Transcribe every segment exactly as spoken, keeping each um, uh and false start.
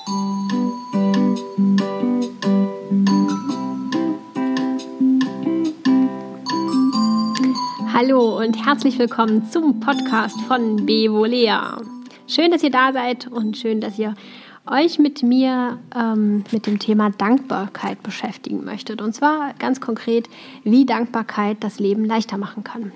Hallo und herzlich willkommen zum Podcast von Bevolea. Schön, dass ihr da seid und schön, dass ihr euch mit mir ähm, mit dem Thema Dankbarkeit beschäftigen möchtet. Und zwar ganz konkret, wie Dankbarkeit das Leben leichter machen kann.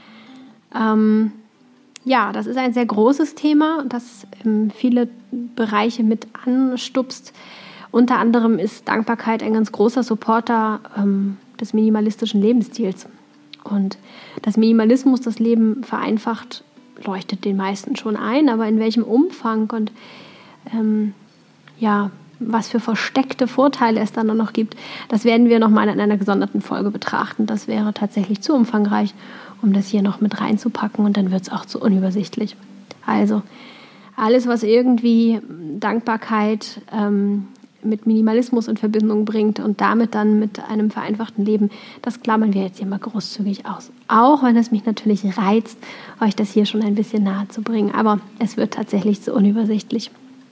Ähm, ja, das ist ein sehr großes Thema, das ähm, viele Bereiche mit anstupst. Unter anderem ist Dankbarkeit ein ganz großer Supporter ähm, des minimalistischen Lebensstils. Und dass Minimalismus das Leben vereinfacht, leuchtet den meisten schon ein, aber in welchem Umfang und ähm, ja, was für versteckte Vorteile es dann noch gibt, das werden wir nochmal in einer gesonderten Folge betrachten. Das wäre tatsächlich zu umfangreich, um das hier noch mit reinzupacken, und dann wird es auch zu unübersichtlich. Also alles, was irgendwie Dankbarkeit ähm, mit Minimalismus in Verbindung bringt und damit dann mit einem vereinfachten Leben, das klammern wir jetzt hier mal großzügig aus. Auch wenn es mich natürlich reizt, euch das hier schon ein bisschen nahe zu bringen, aber es wird tatsächlich zu unübersichtlich.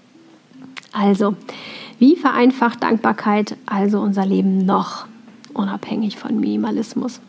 Also, wie vereinfacht Dankbarkeit also unser Leben noch, unabhängig von Minimalismus?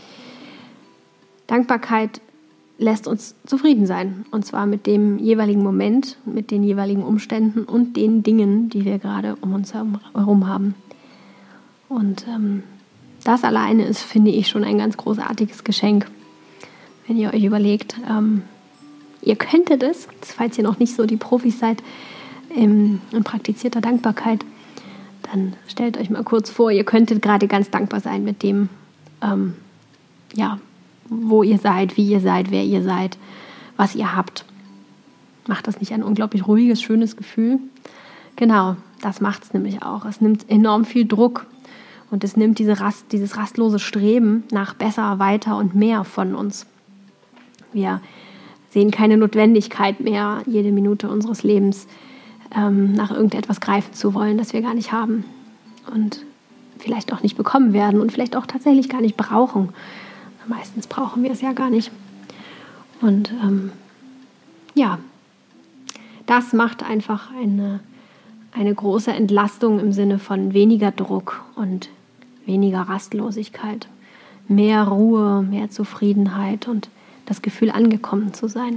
Dankbarkeit lässt uns zufrieden sein, und zwar mit dem jeweiligen Moment, mit den jeweiligen Umständen und den Dingen, die wir gerade um uns herum haben. Und ähm, das alleine ist, finde ich, schon ein ganz großartiges Geschenk. Wenn ihr euch überlegt, ähm, ihr könntet es, falls ihr noch nicht so die Profis seid in, in praktizierter Dankbarkeit, dann stellt euch mal kurz vor, ihr könntet gerade ganz dankbar sein mit dem, ähm, ja, wo ihr seid, wie ihr seid, wer ihr seid, was ihr habt. Macht das nicht ein unglaublich ruhiges, schönes Gefühl? Genau, das macht es nämlich auch. Es nimmt enorm viel Druck und es nimmt diese Rast, dieses rastlose Streben nach besser, weiter und mehr von uns. Wir sehen keine Notwendigkeit mehr, jede Minute unseres Lebens ähm, nach irgendetwas greifen zu wollen, das wir gar nicht haben und vielleicht auch nicht bekommen werden und vielleicht auch tatsächlich gar nicht brauchen. Meistens brauchen wir es ja gar nicht. Und ähm, ja, das macht einfach eine, eine große Entlastung im Sinne von weniger Druck und weniger Rastlosigkeit. Mehr Ruhe, mehr Zufriedenheit und das Gefühl, angekommen zu sein.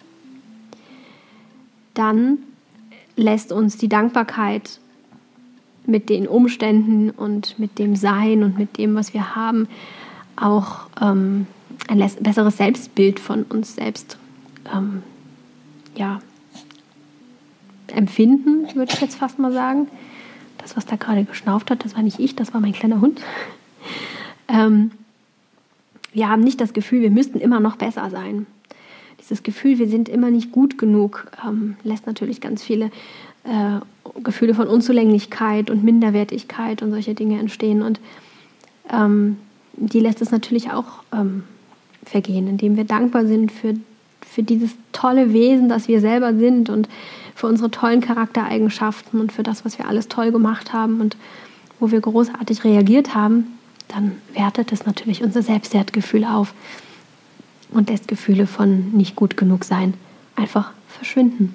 Dann lässt uns die Dankbarkeit mit den Umständen und mit dem Sein und mit dem, was wir haben, auch ähm, ein les- besseres Selbstbild von uns selbst ähm, ja, empfinden, würde ich jetzt fast mal sagen. Das, was da gerade geschnauft hat, das war nicht ich, das war mein kleiner Hund. ähm, wir haben nicht das Gefühl, wir müssten immer noch besser sein. Dieses Gefühl, wir sind immer nicht gut genug, ähm, lässt natürlich ganz viele äh, Gefühle von Unzulänglichkeit und Minderwertigkeit und solche Dinge entstehen. Und ähm, die lässt es natürlich auch ähm, vergehen, indem wir dankbar sind für, für dieses tolle Wesen, das wir selber sind, und für unsere tollen Charaktereigenschaften und für das, was wir alles toll gemacht haben und wo wir großartig reagiert haben. Dann wertet es natürlich unser Selbstwertgefühl auf und lässt Gefühle von nicht gut genug sein einfach verschwinden.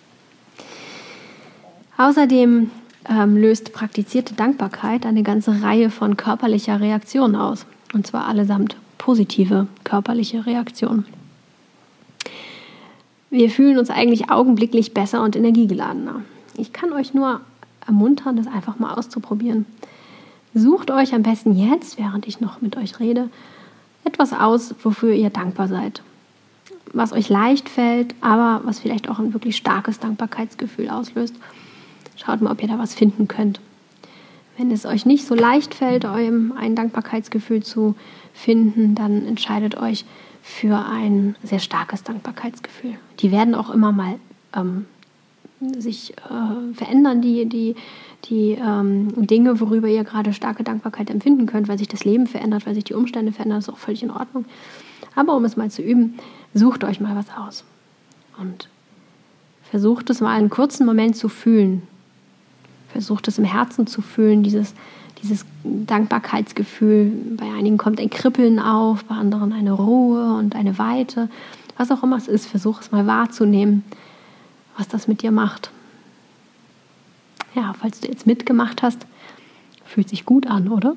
Außerdem Ähm, löst praktizierte Dankbarkeit eine ganze Reihe von körperlicher Reaktionen aus. Und zwar allesamt positive körperliche Reaktionen. Wir fühlen uns eigentlich augenblicklich besser und energiegeladener. Ich kann euch nur ermuntern, das einfach mal auszuprobieren. Sucht euch am besten jetzt, während ich noch mit euch rede, etwas aus, wofür ihr dankbar seid. Was euch leicht fällt, aber was vielleicht auch ein wirklich starkes Dankbarkeitsgefühl auslöst. Schaut mal, ob ihr da was finden könnt. Wenn es euch nicht so leicht fällt, eurem ein Dankbarkeitsgefühl zu finden, dann entscheidet euch für ein sehr starkes Dankbarkeitsgefühl. Die werden auch immer mal ähm, sich äh, verändern, die, die, die ähm, Dinge, worüber ihr gerade starke Dankbarkeit empfinden könnt, weil sich das Leben verändert, weil sich die Umstände verändern, ist auch völlig in Ordnung. Aber um es mal zu üben, sucht euch mal was aus und versucht es mal einen kurzen Moment zu fühlen. Versucht es im Herzen zu fühlen, dieses, dieses Dankbarkeitsgefühl. Bei einigen kommt ein Kribbeln auf, bei anderen eine Ruhe und eine Weite. Was auch immer es ist, versuch es mal wahrzunehmen, was das mit dir macht. ja, falls du jetzt mitgemacht hast, fühlt sich gut an, oder?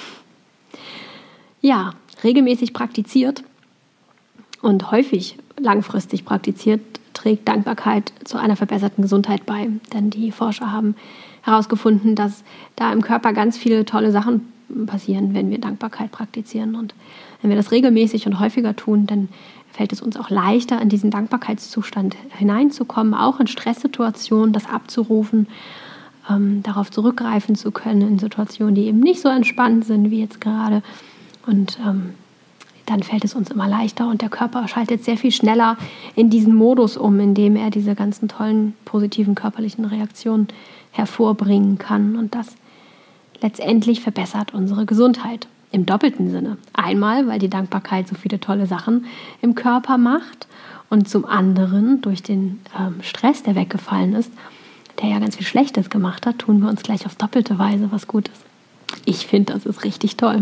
Ja, regelmäßig praktiziert und häufig langfristig praktiziert, trägt Dankbarkeit zu einer verbesserten Gesundheit bei. Denn die Forscher haben herausgefunden, dass da im Körper ganz viele tolle Sachen passieren, wenn wir Dankbarkeit praktizieren. Und wenn wir das regelmäßig und häufiger tun, dann fällt es uns auch leichter, in diesen Dankbarkeitszustand hineinzukommen, auch in Stresssituationen, das abzurufen, ähm, darauf zurückgreifen zu können, in Situationen, die eben nicht so entspannt sind wie jetzt gerade. Und ähm, dann fällt es uns immer leichter und der Körper schaltet sehr viel schneller in diesen Modus um, in dem er diese ganzen tollen, positiven körperlichen Reaktionen hervorbringen kann. Und das letztendlich verbessert unsere Gesundheit im doppelten Sinne. Einmal, weil die Dankbarkeit so viele tolle Sachen im Körper macht und zum anderen durch den ähm, Stress, der weggefallen ist, der ja ganz viel Schlechtes gemacht hat, tun wir uns gleich auf doppelte Weise was Gutes. Ich finde, das ist richtig toll.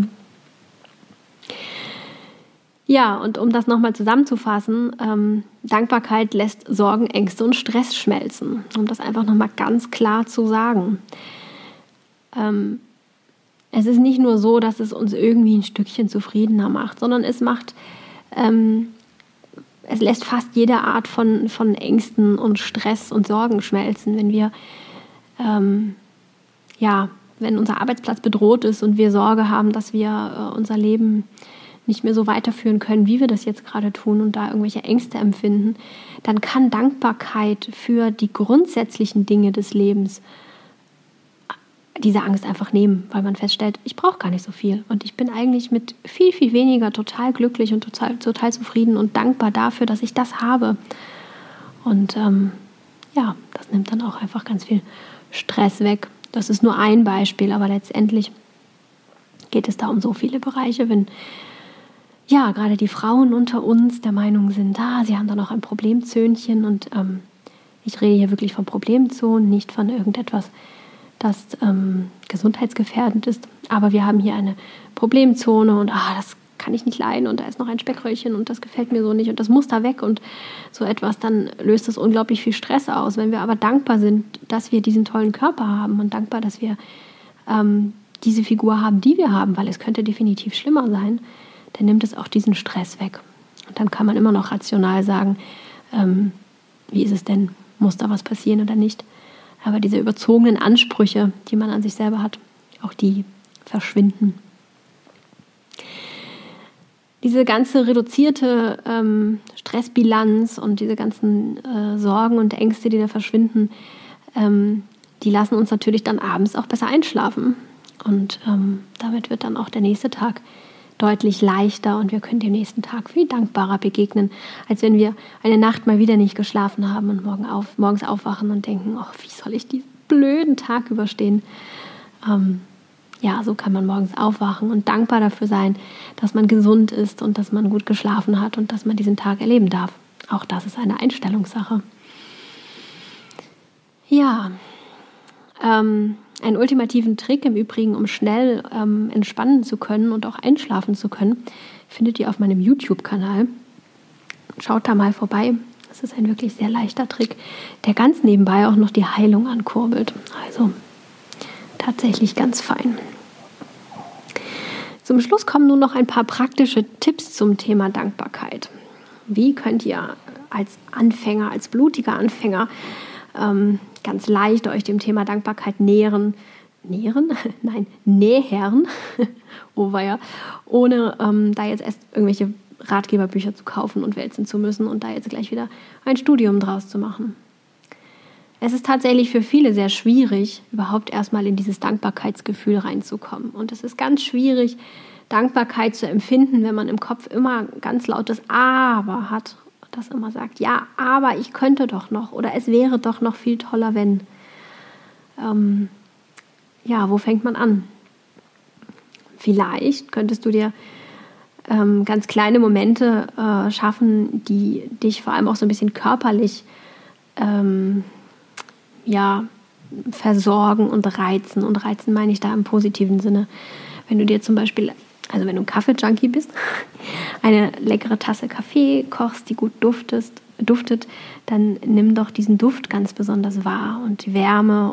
Ja, und um das nochmal zusammenzufassen, ähm, Dankbarkeit lässt Sorgen, Ängste und Stress schmelzen, um das einfach nochmal ganz klar zu sagen. Ähm, es ist nicht nur so, dass es uns irgendwie ein Stückchen zufriedener macht, sondern es macht, ähm, es lässt fast jede Art von, von Ängsten und Stress und Sorgen schmelzen, wenn wir, ähm, ja, wenn unser Arbeitsplatz bedroht ist und wir Sorge haben, dass wir äh, unser Leben nicht mehr so weiterführen können, wie wir das jetzt gerade tun und da irgendwelche Ängste empfinden, dann kann Dankbarkeit für die grundsätzlichen Dinge des Lebens diese Angst einfach nehmen, weil man feststellt, ich brauche gar nicht so viel und ich bin eigentlich mit viel, viel weniger total glücklich und total, total zufrieden und dankbar dafür, dass ich das habe. Und ähm, ja, das nimmt dann auch einfach ganz viel Stress weg. Das ist nur ein Beispiel, aber letztendlich geht es da um so viele Bereiche, wenn ja, gerade die Frauen unter uns der Meinung sind, ah, sie haben da noch ein Problemzönchen und ähm, ich rede hier wirklich von Problemzonen, nicht von irgendetwas, das ähm, gesundheitsgefährdend ist, aber wir haben hier eine Problemzone und ah, das kann ich nicht leiden und da ist noch ein Speckröllchen und das gefällt mir so nicht und das muss da weg und so etwas, dann löst das unglaublich viel Stress aus. Wenn wir aber dankbar sind, dass wir diesen tollen Körper haben und dankbar, dass wir ähm, diese Figur haben, die wir haben, weil es könnte definitiv schlimmer sein, dann nimmt es auch diesen Stress weg. Und dann kann man immer noch rational sagen, ähm, wie ist es denn, muss da was passieren oder nicht. Aber diese überzogenen Ansprüche, die man an sich selber hat, auch die verschwinden. Diese ganze reduzierte ähm, Stressbilanz und diese ganzen äh, Sorgen und Ängste, die da verschwinden, ähm, die lassen uns natürlich dann abends auch besser einschlafen. Und ähm, damit wird dann auch der nächste Tag deutlich leichter und wir können dem nächsten Tag viel dankbarer begegnen, als wenn wir eine Nacht mal wieder nicht geschlafen haben und morgen auf, morgens aufwachen und denken, oh, wie soll ich diesen blöden Tag überstehen? Ähm, ja, so kann man morgens aufwachen und dankbar dafür sein, dass man gesund ist und dass man gut geschlafen hat und dass man diesen Tag erleben darf. Auch das ist eine Einstellungssache. Ja, ähm, einen ultimativen Trick im Übrigen, um schnell ähm, entspannen zu können und auch einschlafen zu können, findet ihr auf meinem YouTube-Kanal. Schaut da mal vorbei. Das ist ein wirklich sehr leichter Trick, der ganz nebenbei auch noch die Heilung ankurbelt. Also tatsächlich ganz fein. Zum Schluss kommen nun noch ein paar praktische Tipps zum Thema Dankbarkeit. Wie könnt ihr als Anfänger, als blutiger Anfänger ähm, ganz leicht euch dem Thema Dankbarkeit nähern, nähern? Nein, nähern, oh weia, ohne ähm, da jetzt erst irgendwelche Ratgeberbücher zu kaufen und wälzen zu müssen und da jetzt gleich wieder ein Studium draus zu machen. Es ist tatsächlich für viele sehr schwierig, überhaupt erstmal in dieses Dankbarkeitsgefühl reinzukommen. Und es ist ganz schwierig, Dankbarkeit zu empfinden, wenn man im Kopf immer ganz lautes Aber hat. Das immer sagt, ja, aber ich könnte doch noch oder es wäre doch noch viel toller, wenn. Ähm, ja, wo fängt man an? Vielleicht könntest du dir ähm, ganz kleine Momente äh, schaffen, die dich vor allem auch so ein bisschen körperlich ähm, ja, versorgen und reizen. Und reizen meine ich da im positiven Sinne. Wenn du dir zum Beispiel, also wenn du ein Kaffee-Junkie bist, eine leckere Tasse Kaffee kochst, die gut duftest, duftet, dann nimm doch diesen Duft ganz besonders wahr und die Wärme und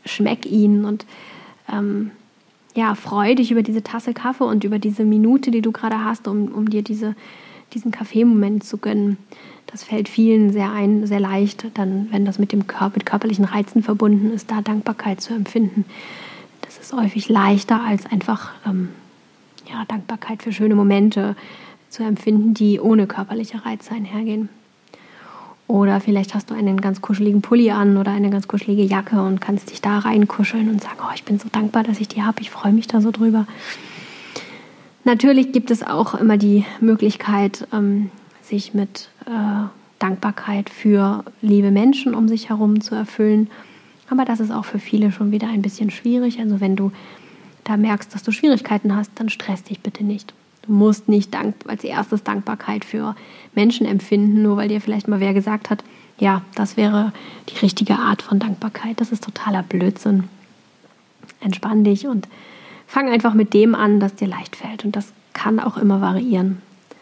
schmeck ihn und ähm, ja, freu dich über diese Tasse Kaffee und über diese Minute, die du gerade hast, um, um dir diese, diesen Kaffeemoment zu gönnen. Das fällt vielen sehr ein, sehr leicht, dann, wenn das mit dem Körper, mit körperlichen Reizen verbunden ist, da Dankbarkeit zu empfinden. Das ist häufig leichter, als einfach ähm, ja, Dankbarkeit für schöne Momente zu empfinden, die ohne körperliche Reize einhergehen. Oder vielleicht hast du einen ganz kuscheligen Pulli an oder eine ganz kuschelige Jacke und kannst dich da reinkuscheln und sagen, oh, ich bin so dankbar, dass ich die habe, ich freue mich da so drüber. Natürlich gibt es auch immer die Möglichkeit, ähm, sich mit äh, Dankbarkeit für liebe Menschen um sich herum zu erfüllen. Aber das ist auch für viele schon wieder ein bisschen schwierig. Also wenn du da merkst, dass du Schwierigkeiten hast, dann stress dich bitte nicht. Du musst nicht dank- als erstes Dankbarkeit für Menschen empfinden, nur weil dir vielleicht mal wer gesagt hat, ja, das wäre die richtige Art von Dankbarkeit. Das ist totaler Blödsinn. Entspann dich und fang einfach mit dem an, das dir leicht fällt. Und das kann auch immer variieren.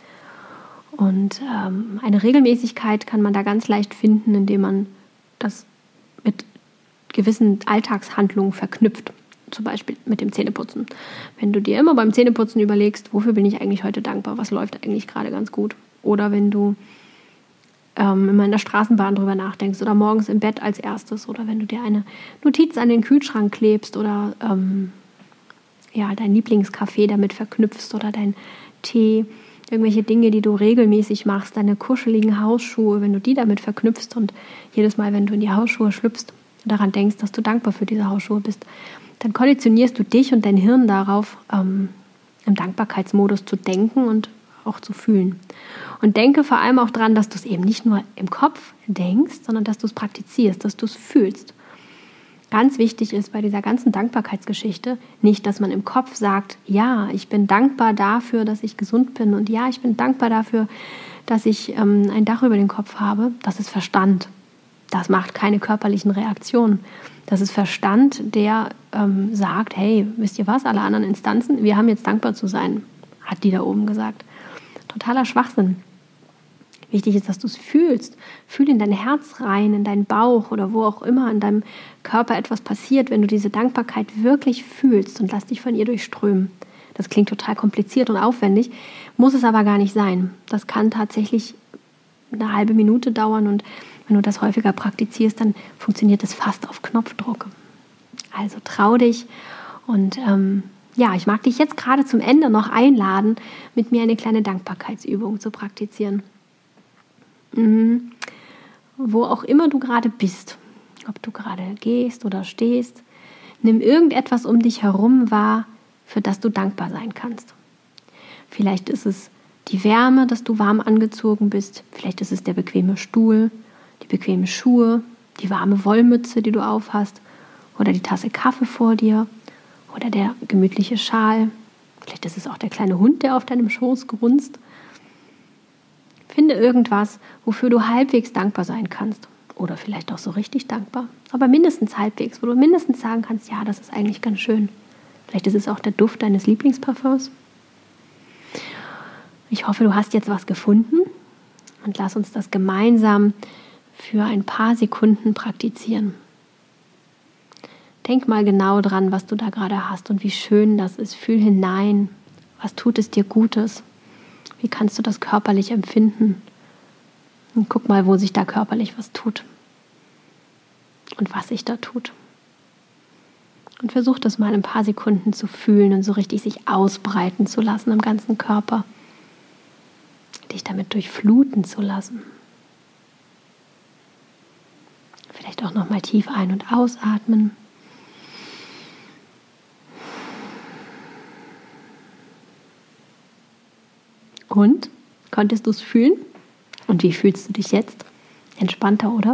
Und ähm, eine Regelmäßigkeit kann man da ganz leicht finden, indem man das mit gewissen Alltagshandlungen verknüpft. Zum Beispiel mit dem Zähneputzen. Wenn du dir immer beim Zähneputzen überlegst, wofür bin ich eigentlich heute dankbar, was läuft eigentlich gerade ganz gut. Oder wenn du ähm, immer in der Straßenbahn drüber nachdenkst oder morgens im Bett als erstes. Oder wenn du dir eine Notiz an den Kühlschrank klebst oder ähm, ja, dein Lieblingskaffee damit verknüpfst oder dein Tee. Irgendwelche Dinge, die du regelmäßig machst, deine kuscheligen Hausschuhe, wenn du die damit verknüpfst und jedes Mal, wenn du in die Hausschuhe schlüpfst, daran denkst, dass du dankbar für diese Hausschuhe bist, dann konditionierst du dich und dein Hirn darauf, ähm, im Dankbarkeitsmodus zu denken und auch zu fühlen. Und denke vor allem auch daran, dass du es eben nicht nur im Kopf denkst, sondern dass du es praktizierst, dass du es fühlst. Ganz wichtig ist bei dieser ganzen Dankbarkeitsgeschichte nicht, dass man im Kopf sagt, ja, ich bin dankbar dafür, dass ich gesund bin und ja, ich bin dankbar dafür, dass ich ähm, ein Dach über den Kopf habe. Das ist Verstand. Das macht keine körperlichen Reaktionen. Das ist Verstand, der ähm, sagt, hey, wisst ihr was, alle anderen Instanzen, wir haben jetzt dankbar zu sein, hat die da oben gesagt. Totaler Schwachsinn. Wichtig ist, dass du es fühlst. Fühl in dein Herz rein, in deinen Bauch oder wo auch immer in deinem Körper etwas passiert, wenn du diese Dankbarkeit wirklich fühlst und lass dich von ihr durchströmen. Das klingt total kompliziert und aufwendig, muss es aber gar nicht sein. Das kann tatsächlich eine halbe Minute dauern und wenn du das häufiger praktizierst, dann funktioniert es fast auf Knopfdruck. Also trau dich und ähm, ja, ich mag dich jetzt gerade zum Ende noch einladen, mit mir eine kleine Dankbarkeitsübung zu praktizieren. Mhm. Wo auch immer du gerade bist, ob du gerade gehst oder stehst, nimm irgendetwas um dich herum wahr, für das du dankbar sein kannst. Vielleicht ist es die Wärme, dass du warm angezogen bist, vielleicht ist es der bequeme Stuhl, die bequemen Schuhe, die warme Wollmütze, die du aufhast, oder die Tasse Kaffee vor dir, oder der gemütliche Schal. Vielleicht ist es auch der kleine Hund, der auf deinem Schoß grunzt. Finde irgendwas, wofür du halbwegs dankbar sein kannst. Oder vielleicht auch so richtig dankbar. Aber mindestens halbwegs, wo du mindestens sagen kannst, ja, das ist eigentlich ganz schön. Vielleicht ist es auch der Duft deines Lieblingsparfums. Ich hoffe, du hast jetzt was gefunden. Und lass uns das gemeinsam für ein paar Sekunden praktizieren. Denk mal genau dran, was du da gerade hast und wie schön das ist. Fühl hinein. Was tut es dir Gutes? Wie kannst du das körperlich empfinden? Und guck mal, wo sich da körperlich was tut. Und was sich da tut. Und versuch das mal ein paar Sekunden zu fühlen und so richtig sich ausbreiten zu lassen im ganzen Körper. Dich damit durchfluten zu lassen. Vielleicht auch nochmal tief ein- und ausatmen. Und? Konntest du es fühlen? Und wie fühlst du dich jetzt? Entspannter, oder?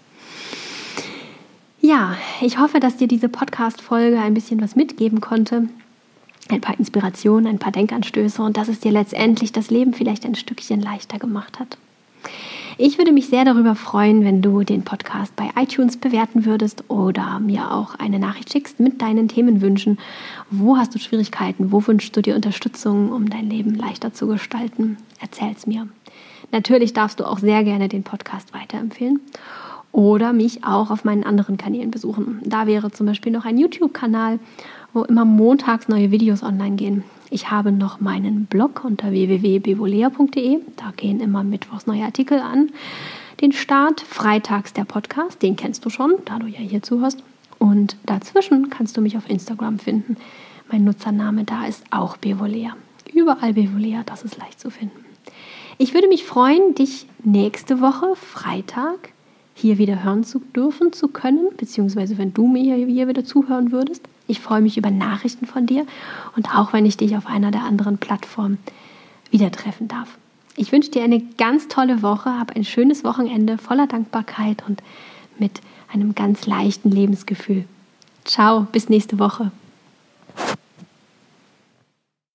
Ja, ich hoffe, dass dir diese Podcast-Folge ein bisschen was mitgeben konnte. Ein paar Inspirationen, ein paar Denkanstöße und dass es dir letztendlich das Leben vielleicht ein Stückchen leichter gemacht hat. Ich würde mich sehr darüber freuen, wenn du den Podcast bei iTunes bewerten würdest oder mir auch eine Nachricht schickst mit deinen Themenwünschen. Wo hast du Schwierigkeiten? Wo wünschst du dir Unterstützung, um dein Leben leichter zu gestalten? Erzähl's mir. Natürlich darfst du auch sehr gerne den Podcast weiterempfehlen. oder mich auch auf meinen anderen Kanälen besuchen. Da wäre zum Beispiel noch ein YouTube-Kanal, wo immer montags neue Videos online gehen. Ich habe noch meinen Blog unter w w w punkt bevolea punkt de. Da gehen immer mittwochs neue Artikel an den Start. Freitags der Podcast, den kennst du schon, da du ja hier zuhörst. Und dazwischen kannst du mich auf Instagram finden. Mein Nutzername da ist auch Bevolea. Überall Bevolea, das ist leicht zu finden. Ich würde mich freuen, dich nächste Woche, Freitag, hier wieder hören zu dürfen, zu können, beziehungsweise wenn du mir hier wieder zuhören würdest. Ich freue mich über Nachrichten von dir und auch, wenn ich dich auf einer der anderen Plattformen wieder treffen darf. Ich wünsche dir eine ganz tolle Woche, hab ein schönes Wochenende voller Dankbarkeit und mit einem ganz leichten Lebensgefühl. Ciao, bis nächste Woche.